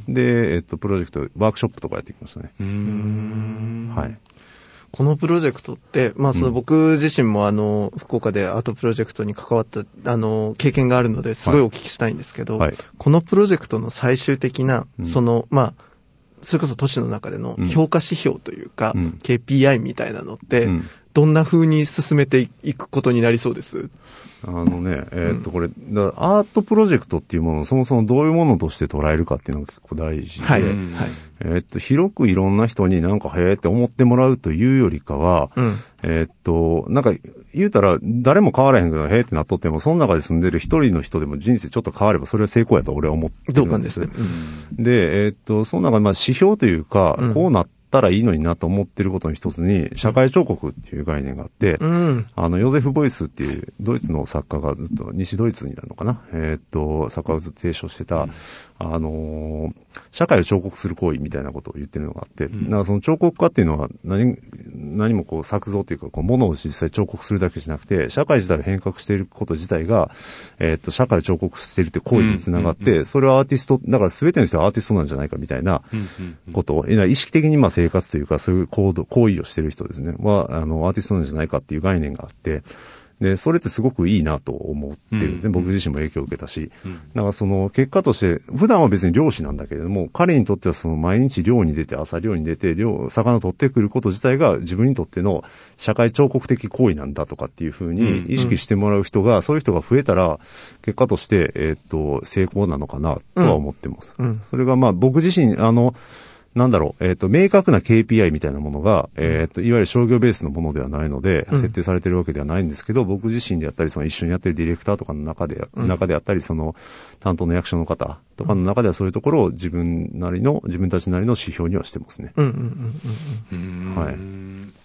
で、プロジェクト、ワークショップとかやってきましたね。はい。 このプロジェクトって、僕自身も福岡でアートプロジェクトに関わった、経験があるので、すごいお聞きしたいんですけど、このプロジェクトの最終的な、それこそ都市の中での評価指標というか、KPI みたいなのって、どんな風に進めていくことになりそうです？ これ、アートプロジェクトっていうものをそもそもどういうものとして捉えるかっていうのが結構大事で、広くいろんな人になんかへーって思ってもらうというよりかは、なんか言うたら誰も変わらへんけどへーってなっとっても、その中で住んでる一人の人でも人生ちょっと変わればそれは成功やと俺は思ってるんです。 同感ですね。 で、その中で指標というか、こうなったらいいのになと思ってることの一つに、社会彫刻っていう概念があって、ヨゼフ・ボイスっていうドイツの作家がずっと、西ドイツになるのかな作家がずっと提唱してた、社会を彫刻する行為みたいなことを言ってるのがあって、その彫刻家っていうのは何もこう作像というか、物を実際彫刻するだけじゃなくて、社会自体を変革していること自体が、社会を彫刻しているって行為につながって、それはアーティスト、だから全ての人はアーティストなんじゃないかみたいなことを、意識的に生活というか、そういう行為をしている人ですね、は、アーティストなんじゃないかっていう概念があって、で、それってすごくいいなと思ってるんですね。僕自身も影響を受けたし。だからその結果として、普段は別に漁師なんだけれども、彼にとってはその毎日漁に出て、朝漁に出て、魚を取ってくること自体が自分にとっての社会彫刻的行為なんだとかっていうふうに意識してもらう人が、そういう人が増えたら、結果として、成功なのかなとは思ってます。それが僕自身、明確な KPI みたいなものが、いわゆる商業ベースのものではないので、設定されてるわけではないんですけど、僕自身であったり、その一緒にやってるディレクターとかの中であったり、その担当の役所の方とかの中ではそういうところを自分たちなりの指標にはしてますね。はい。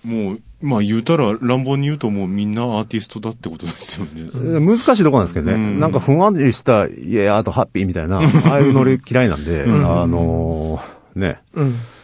もう、言うたら乱暴に言うともうみんなアーティストだってことですよね。 難しいところなんですけどね。なんかふんわりした、いや、あとハッピーみたいな、ああいうノリ嫌いなんで、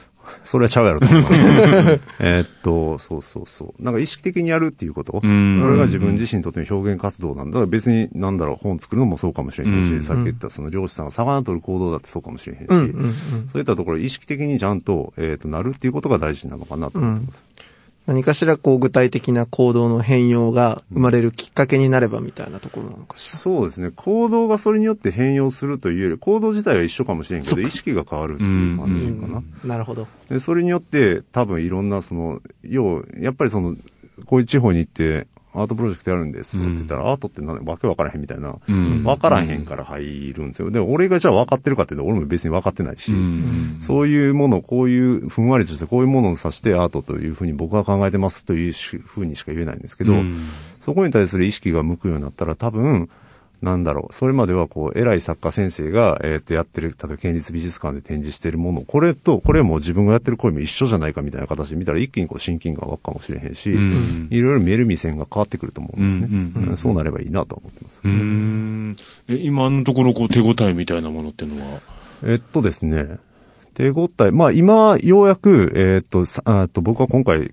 それはちゃうやろと思います。そう。なんか意識的にやるっていうこと。これが自分自身にとっての表現活動なんだ。だから別に本作るのもそうかもしれへんし、さっき言ったその漁師さんが魚取る行動だってそうかもしれへんし、そういったところ意識的にちゃんと、なるっていうことが大事なのかなと思います。 何かしら具体的な行動の変容が生まれるきっかけになればみたいなところなのかしら。 そうですね。行動がそれによって変容するというより、行動自体は一緒かもしれんけど、意識が変わるっていう感じかな。 なるほど。 で、それによって多分いろんなやっぱりこういう地方に行って、アートプロジェクトやるんですって言ったら、アートってわけわからへんみたいな、わからへんから入るんですよ。でも俺がじゃあ分かってるかって言うと俺も別に分かってないし、そういうもの、こういうふんわりとしてこういうものを指してアートというふうに僕は考えてますというふうにしか言えないんですけど、そこに対する意識が向くようになったら多分、それまでは偉い作家先生が、やってる、例えば県立美術館で展示してるもの、これも自分がやってる声も一緒じゃないかみたいな形で見たら一気に親近感が湧くかもしれへんし、いろいろ見える目線が変わってくると思うんですね。そうなればいいなと思ってます。 今のところ手応えみたいなものっていうのはですね。手応え、今、ようやく、僕は今年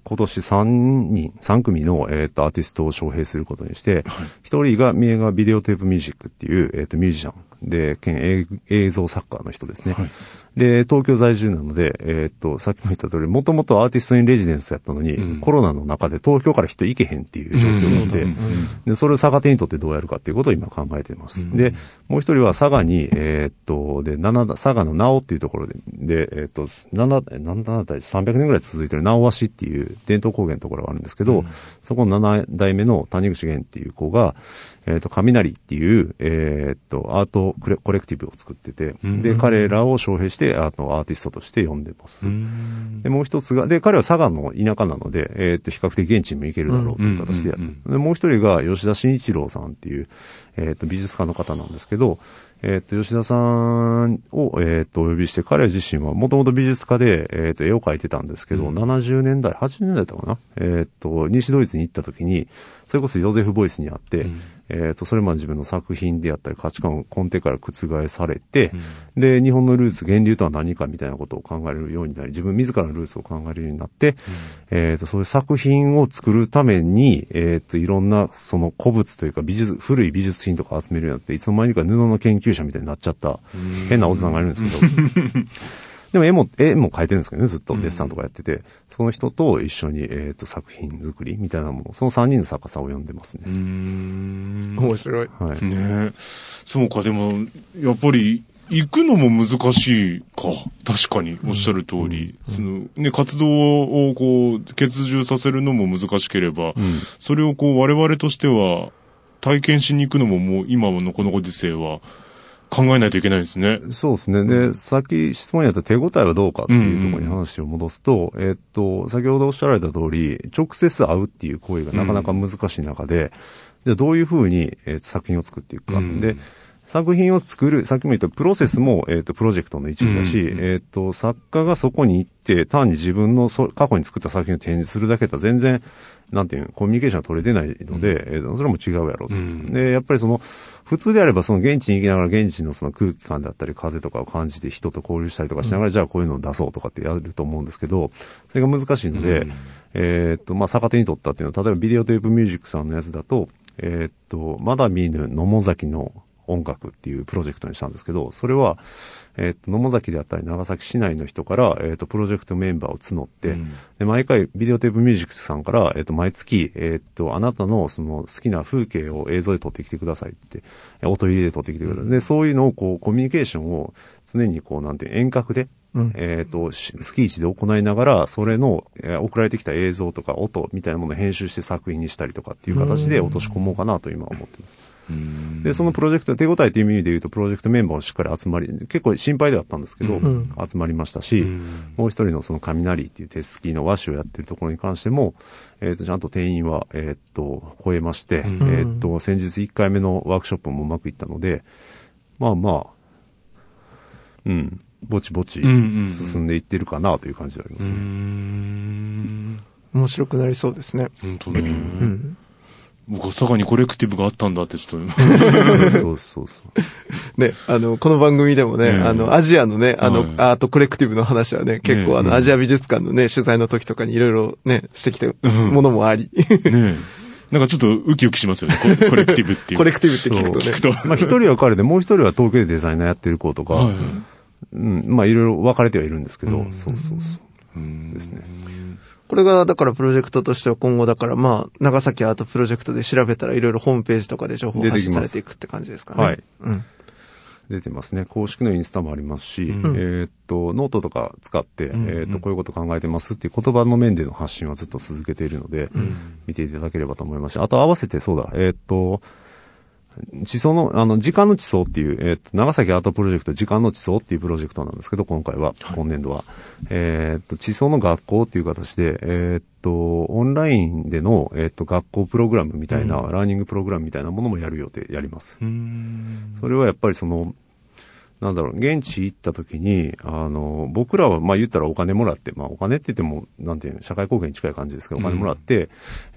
3組の、アーティストを招聘することにして、一人が、三重がビデオテープミュージックっていう、ミュージシャンで、映像作家の人ですね。で、東京在住なので、さっきも言った通り、もともとアーティストインレジデンスやったのに、コロナの中で東京から人行けへんっていう状況があって、で、それを佐賀手にとってどうやるかっていうことを今考えています。で、もう一人は佐賀に、佐賀の直っていうところで、300年ぐらい続いてる直和紙っていう伝統工芸のところがあるんですけど、そこの7代目の谷口源っていう子が、雷っていう、アートコレクティブを作ってて、で、彼らを招聘して、アーティストとして呼んでます。で、もう一つが、で、彼は佐賀の田舎なので、比較的現地にも行けるだろうという形でやってる。で、もう一人が吉田慎一郎さんっていう、美術家の方なんですけど、吉田さんを、お呼びして、彼自身はもともと美術家で、絵を描いてたんですけど、70年代、80年代だったかな西ドイツに行った時に、それこそヨゼフ・ボイスに会って、それまで自分の作品であったり価値観を根底から覆されて、で、日本のルーツ、源流とは何かみたいなことを考えるようになり、自分自らのルーツを考えるようになって、そういう作品を作るために、いろんなその古物というか古い美術品とか集めるようになって、いつの間にか布の研究者みたいになっちゃった変なおじさんがいるんですけど、でも絵も描いてるんですけどね、ずっとデッサンとかやってて、その人と一緒に、作品作りみたいなもの、その3人の作家さんを呼んでますね。 面白い。 はい。ね、そうか、でも、やっぱり、行くのも難しいか。確かに、おっしゃる通り。活動を結充させるのも難しければ、それを我々としては、体験しに行くのももう今のこのご時世は、考えないといけないですね。 そうですね。で、さっき質問にあった手応えはどうかっていうところに話を戻すと、先ほどおっしゃられた通り、直接会うっていう行為がなかなか難しい中で、どういうふうに、作品を作っていくか。で、作品を作る、さっきも言ったプロセスも、プロジェクトの一部だし、作家がそこに行って、単に自分の過去に作った作品を展示するだけとは全然、コミュニケーションが取れてないので、それも違うやろうと。で、やっぱり普通であれば現地に行きながら現地の空気感だったり風とかを感じて人と交流したりとかしながら、じゃあこういうのを出そうとかってやると思うんですけど、それが難しいので、逆手に取ったっていうのは、例えばビデオテープミュージックさんのやつだと、まだ見ぬ野母崎の音楽っていうプロジェクトにしたんですけど、それは、野母崎であったり長崎市内の人から、プロジェクトメンバーを募って、で、毎回ビデオテープミュージックさんから、毎月、あなたの好きな風景を映像で撮ってきてくださいって、音入れで撮ってきてください。で、そういうのをコミュニケーションを常に遠隔で、月一で行いながら、それの、送られてきた映像とか音みたいなものを編集して作品にしたりとかっていう形で落とし込もうかなと今は思っています。で、そのプロジェクト、手応えという意味で言うと、プロジェクトメンバーをしっかり集まり、結構心配ではあったんですけど、集まりましたし、もう一人の雷っていう手すきの和紙をやってるところに関しても、ちゃんと定員は、超えまして、先日1回目のワークショップもうまくいったので、ぼちぼち進んでいってるかなという感じでありますね。 面白くなりそうですね。 本当ね。 僕は佐賀にコレクティブがあったんだってちょっと。 そうそうそう。 ね、この番組でもね、アジアのね、アートコレクティブの話はね、結構アジア美術館のね、取材の時とかにいろいろね、してきたものもあり。 ねなんかちょっとウキウキしますよね。コレクティブっていう。 コレクティブって聞くとね。 まあ一人は彼で、もう一人は東京でデザイナーやってる子とか、まあいろいろ分かれてはいるんですけど、そうですね。 これが、だからプロジェクトとしては今後だからまあ、長崎アートプロジェクトで調べたらいろいろホームページとかで情報発信されていくって感じですかね。 はい。出てますね。公式のインスタもありますし、ノートとか使って、こういうこと考えてますっていう言葉の面での発信はずっと続けているので、見ていただければと思いますし、あと合わせてそうだ、地層の、時間の地層っていう、長崎アートプロジェクト時間の地層っていうプロジェクトなんですけど、今年度は。地層の学校っていう形で、オンラインでの、学校プログラムみたいな、ラーニングプログラムみたいなものもやります。それはやっぱりなんだろう、現地行った時に、僕らは、まあ言ったらお金もらって、まあお金って言っても、なんていうの、社会貢献に近い感じですけど、お金もらって、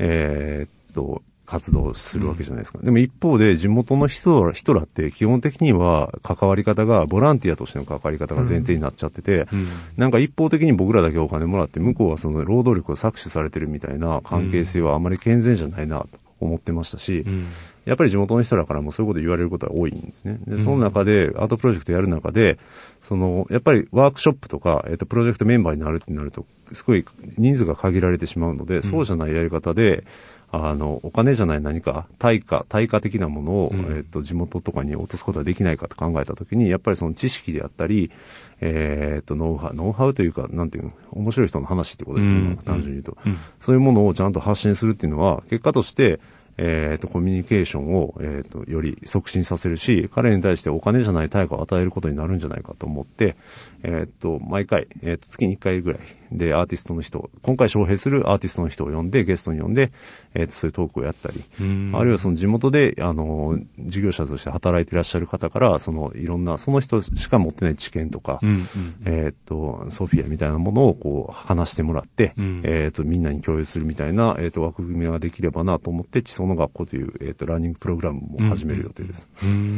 活動するわけじゃないですか。でも一方で地元の人らって基本的には関わり方がボランティアとしての関わり方が前提になっちゃってて、なんか一方的に僕らだけお金もらって向こうはその労働力を搾取されてるみたいな関係性はあまり健全じゃないなと思ってましたし、やっぱり地元の人らからもそういうこと言われることは多いんですね。で、その中で、アートプロジェクトやる中で、やっぱりワークショップとか、プロジェクトメンバーになるってなると、すごい人数が限られてしまうので、そうじゃないやり方で、お金じゃない何か、対価的なものを、地元とかに落とすことができないかと考えたときに、やっぱりその知識であったり、ノウハウというか、なんていうの、面白い人の話ってことですね、単純に言うと。そういうものをちゃんと発信するっていうのは、結果として、コミュニケーションを、より促進させるし、彼に対してお金じゃない対価を与えることになるんじゃないかと思って、毎回、月に1回ぐらいでアーティストの人、今回招聘するアーティストの人を呼んで、ゲストに呼んで、そういうトークをやったり、あるいはその地元で、事業者として働いていらっしゃる方から、いろんな、その人しか持ってない知見とか、ソフィアみたいなものをこう、話してもらって、みんなに共有するみたいな、枠組みができればなと思って、地層の学校という、ラーニングプログラムも始める予定です。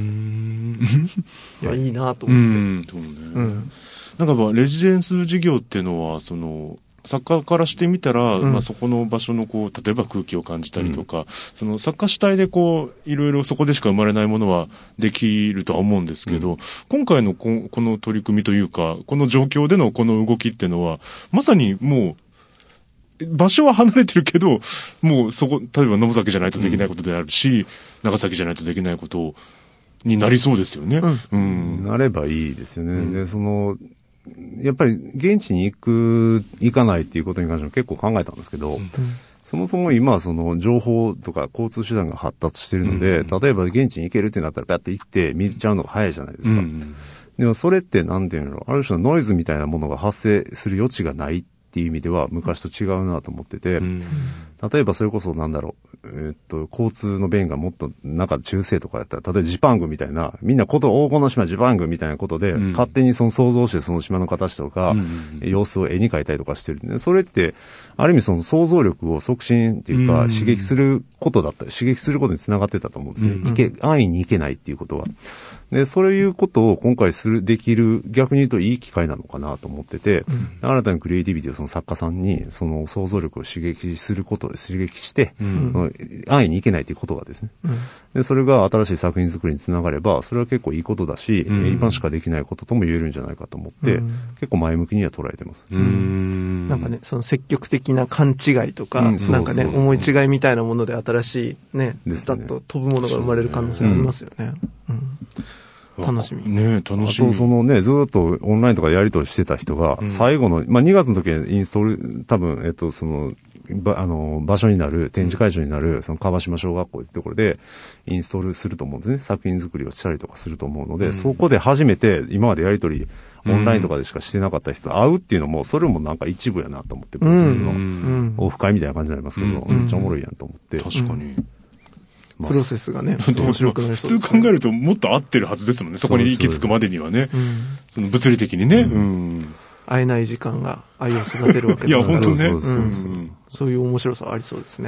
いや、いいなと思って。 なんかレジデンス事業っていうのは、作家からしてみたら、まあそこの場所の例えば空気を感じたりとか、その作家主体でいろいろそこでしか生まれないものはできるとは思うんですけど、今回のこの取り組みというか、この状況でのこの動きっていうのは、まさにもう、場所は離れてるけど、もう例えば野崎じゃないとできないことであるし、長崎じゃないとできないことになりそうですよね。 なればいいですよね。で、やっぱり現地に行かないっていうことに関しても結構考えたんですけど、そもそも今は情報とか交通手段が発達しているので、例えば現地に行けるってなったらパッて行って見ちゃうのが早いじゃないですか。でもそれってなんていうの、ある種のノイズみたいなものが発生する余地がないっていう意味では昔と違うなと思ってて、例えばそれこそなんだろう、交通の便がもっと中世とかやったら、例えばジパングみたいな、みんな黄金の島ジパングみたいなことで、勝手に想像してその島の形とか、様子を絵に描いたりとかしてるんで、それって、ある意味想像力を促進っていうか、刺激することにつながってたと思うんですね。安易に行けないっていうことは。で、そういうことを今回できる、逆に言うといい機会なのかなと思ってて、新たなクリエイティビティを作家さんに、想像力を刺激して、安易にいけないということがですね。で、それが新しい作品作りにつながれば、それは結構いいことだし、今しかできないこととも言えるんじゃないかと思って、結構前向きには捉えてます。 なんかね、積極的な勘違いとか、なんかね、思い違いみたいなもので新しいね、スタッと飛ぶものが生まれる可能性ありますよね。楽しみ。 ね楽しみ。 あとずっとオンラインとかでやり取りしてた人が、最後の、2月の時にインストール、多分、場所になる、展示会場になる、川島小学校ってところで、インストールすると思うんですね。作品作りをしたりとかすると思うので、そこで初めて、今までやり取り、オンラインとかでしかしてなかった人と会うっていうのも、それもなんか一部やなと思って、僕のオフ会みたいな感じになりますけど、めっちゃおもろいやんと思って。 確かに。 プロセスがね、面白くなりそうですね。 普通考えるともっと合ってるはずですもんね。そこに行き着くまでにはね。物理的にね。 会えない時間が愛を育てるわけですから。 いや、本当ね。 そういう面白さありそうですね。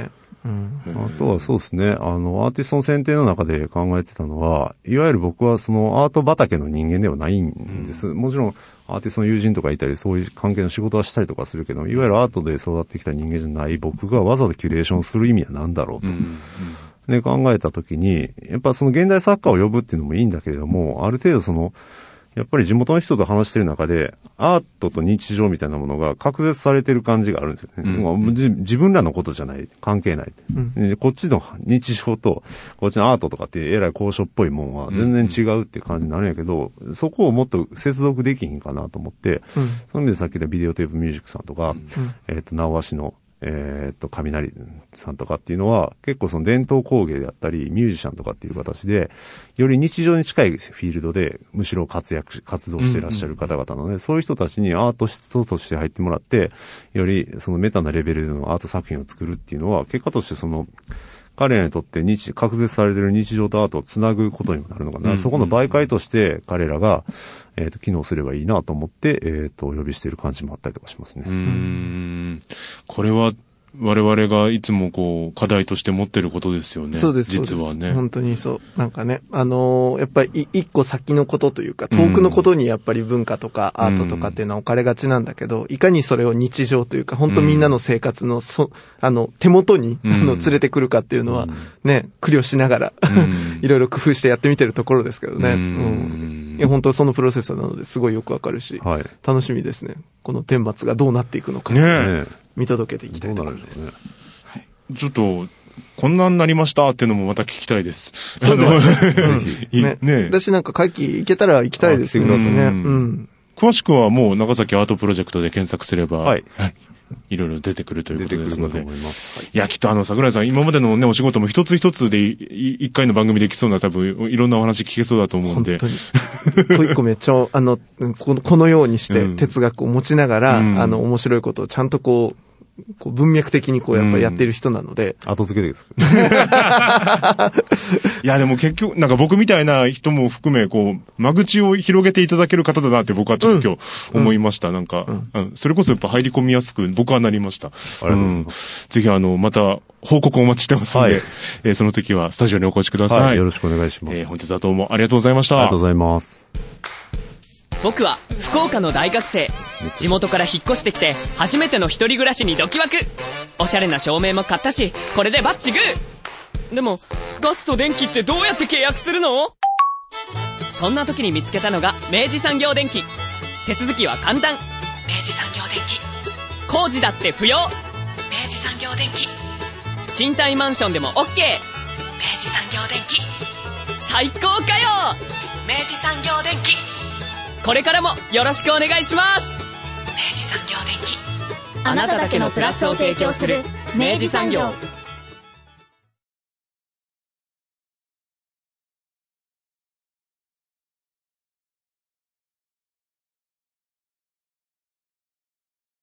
あとはそうですね、アーティストの選定の中で考えてたのは、いわゆる僕はそのアート畑の人間ではないんです。もちろんアーティストの友人とかいたり、そういう関係の仕事はしたりとかするけど、いわゆるアートで育ってきた人間じゃない僕がわざとキュレーションする意味は何だろうと。で考えたときに、やっぱその現代作家を呼ぶっていうのもいいんだけれども、ある程度その、やっぱり地元の人と話してる中で、アートと日常みたいなものが隔絶されてる感じがあるんですよね。自分らのことじゃない、関係ない。こっちの日常と、こっちのアートとかってえらい交渉っぽいもんは全然違うっていう感じになるんやけど、そこをもっと接続できひんかなと思って、その意味でさっき言ったビデオテープミュージックさんとか、直足の雷さんとかっていうのは結構その伝統工芸であったりミュージシャンとかっていう形でより日常に近いフィールドでむしろ活動していらっしゃる方々なので、そういう人たちにアーティストとして入ってもらってよりそのメタなレベルでのアート作品を作るっていうのは結果としてその彼らにとって隔絶されている日常とアートをつなぐことにもなるのかな。そこの媒介として彼らが、機能すればいいなと思って、お呼びしている感じもあったりとかしますね。 これは我々がいつもこう課題として持ってることですよね。 そうです。 実はね。 本当にそう。なんかね、やっぱり一個先のことというか、遠くのことにやっぱり文化とかアートとかっていうのは置かれがちなんだけど、いかにそれを日常というか、本当みんなの生活の手元に、連れてくるかっていうのは、ね、苦慮しながら、いろいろ工夫してやってみてるところですけどね。いや、本当そのプロセスなのですごいよくわかるし、楽しみですね。この天末がどうなっていくのか。ね。見届けていきたいところです。 ちょっと、こんなになりましたっていうのもまた聞きたいです。 そうですね。私なんか会期行けたら行きたいですよね。 詳しくはもう長崎アートプロジェクトで検索すれば、いろいろ出てくるということですので。いや、きっと桜井さん、今までのね、お仕事も一つ一つで一回の番組できそうな多分、いろんなお話聞けそうだと思うんで。 本当に。一個一個めっちゃ、このようにして哲学を持ちながら、面白いことをちゃんとこう文脈的にやっぱやってる人なので。 後付けです。 いや、でも結局、なんか僕みたいな人も含め、間口を広げていただける方だなって僕はちょっと今日思いました。なんか、それこそやっぱ入り込みやすく僕はなりました。ぜひまた報告お待ちしてますんで、その時はスタジオにお越しください。 よろしくお願いします。 本日はどうもありがとうございました。 ありがとうございます。 僕は福岡の大学生。地元から引っ越してきて初めての一人暮らしにドキワク。おしゃれな照明も買ったし、これでバッチグー。でもガスと電気ってどうやって契約するの？そんな時に見つけたのが明治産業電機。手続きは簡単。明治産業電機。工事だって不要。明治産業電機。賃貸マンションでも OK。明治産業電機。最高かよ。明治産業電機。これからもよろしくお願いします。明治産業電機。 あなただけのプラスを提供する明治産業。